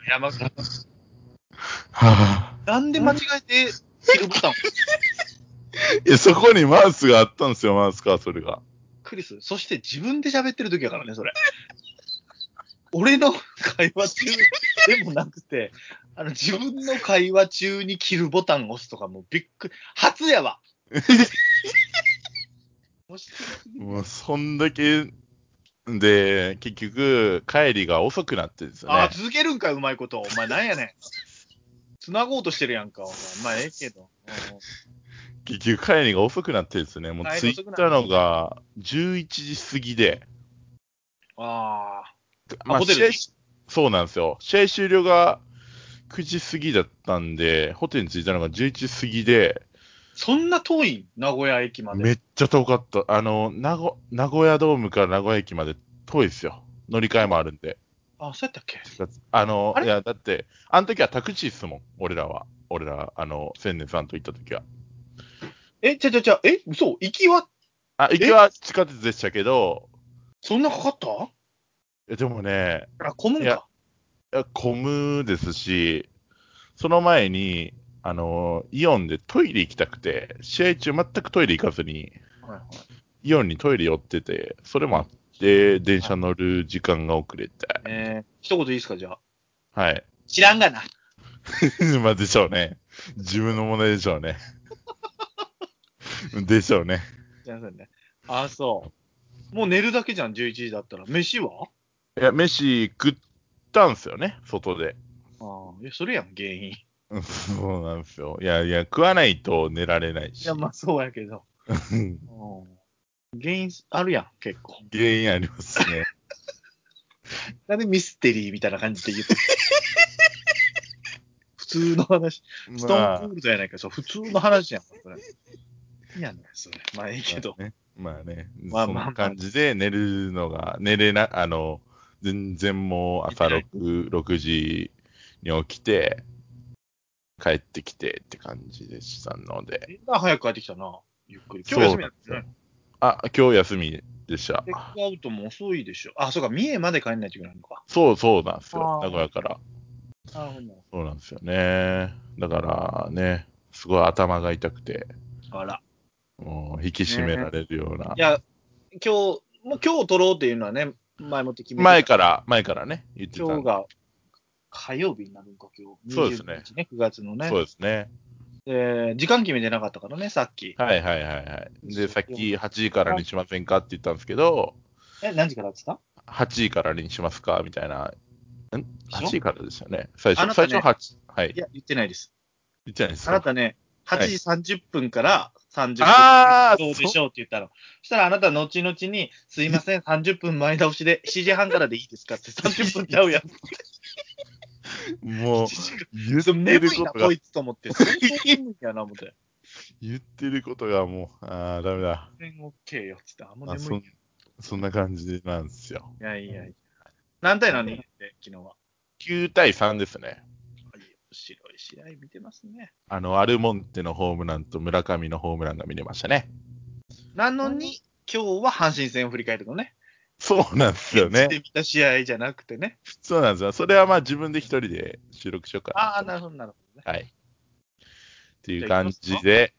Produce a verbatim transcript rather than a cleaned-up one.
山口。 はぁ。 なんで間違えて、切るボタンをいや、そこにマウスがあったんですよ、マウスカーソルが。 クリス、そして自分で喋ってる時やからね、それ。俺の会話中でもなくて、あの、自分の会話中に切るボタンを押すとかもうびっくり。初やわ。 もう、そんだけ、で、結局、帰りが遅くなってるんですよね。 ああ、続けるんかい、うまいこと。お前なんやねん。繋ごうとしてるやんか、お前。まあ、ええけど。 結局、帰りが遅くなってるんですよね。もう、着いたのがじゅういちじ過ぎで。 ああ。 まあ、 ホテル試合、そうなんですよ。試合終了がくじ過ぎだったんで、ホテルに着いたのがじゅういちじ過ぎで、 そんな遠い名古屋駅まで。 めっちゃ遠かった。あの、名古名古屋ドームから名古屋駅まで遠いですよ。乗り換えもあるんで。 あ、そうやったっけ？ あの、 あれいや、だって、あの時はタクシーっすもん。俺らは。俺ら、あの、千年さんと行った時は。 え、ちゃちゃちゃ、え、嘘？行きは、 あ、行きは地下鉄でしたけど、 そんなかかった？ えでもね、 あ、混むいや、 んか。 いや混むですし、その前に、あの、イオンでトイレ行きたくて、試合中全くトイレ行かずに、 はいはい。 イオンにトイレ寄ってて、それもあって、電車乗る時間が遅れて。 えー、一言いいですか、じゃあ。 はい。 知らんがな。 まあでしょうね。自分の問題でしょうね。でしょうね。 すいませんね。あ、そう。もう寝るだけじゃん、じゅういちじだったら。飯はいや、飯食ったんすよね、外で。 ああ、いや、それやん、原因。いうんそうなんですよ。いやいや、食わないと寝られないや、 し。 まあ、そうやけど。うん原因あるやん、結構。 原因ありますね。 なんでミステリーみたいな感じで言ってる普通の話。ストーンまあ、 コールドやないか、そう、普通の話やん、それ。いやね、それ。まあ、いいけど。 まあね、まあね、 まあそんまあまあ。 な感じで寝るのが、寝れな、あの、全然もう朝ろく、ろくじに起きて、帰ってきてって感じでしたので。 みんな早く帰ってきたな。ゆっくり。今日そう休みやったね。 なんですよ。あ、今日休みでした。 テイクアウトも遅いでしょ。あ、そうか、三重まで帰んないといけないのか。 そうそうなんですよ。 ああ、 名古屋から。 なるほど。 そうなんですよね。だからね、すごい頭が痛くて、 あら。 もう引き締めらねれるような。 いや、今日、もう今日取ろうっていうのはね、前もって決めてた。 前から、前からね、言ってたんで。 今日が火曜日になるのか、今日。20 そうですね。 日ね、くがつのね。 そうですね。 で、時間決めてなかったからね、さっき。 はいはいはいはい。で、 そうさっきはちじからにしませんかって言ったんですけど、 え、何時からって言ったはちじからにしますかみたいな。んでし ?はちょ時からですよね。最初、最初あなたね、 はち、はい。 いや、言ってないです。 言ってないですか？ あなたね、8 はい。 時さんじゅっぷんからさんじゅっぷんあー、そ、 どうでしょうって言ったの。そしたらあなた後々に、すいません、さんじゅっぷんまえ倒しでしちじはんからでいいですかってさんじゅっぷんちゃうやん。 もう、言っそうてる眠いな、 ことが、 こいつと思って。相当眠いんやな、思って。 言ってることがもう、あー、ダメだ。 全然オッケーよ、つって。あ、もうまあ、 眠いんそん、そんな感じなんですよ。 や。いやいやいや。何対何って昨日は。 きゅう対さんですね。 面白い試合見てますね。 あの、アルモンテのホームランと村上のホームランが見れましたね。 なのに、今日は阪神戦を振り返るのね。 そうなんですよね。 現地で見た試合じゃなくてね。 そうなんですよ。それはまあ自分で一人で収録しようかなああ、 と。 なるほど、なるほどね。 はい。っていうじゃあ行き感ますか。 じで、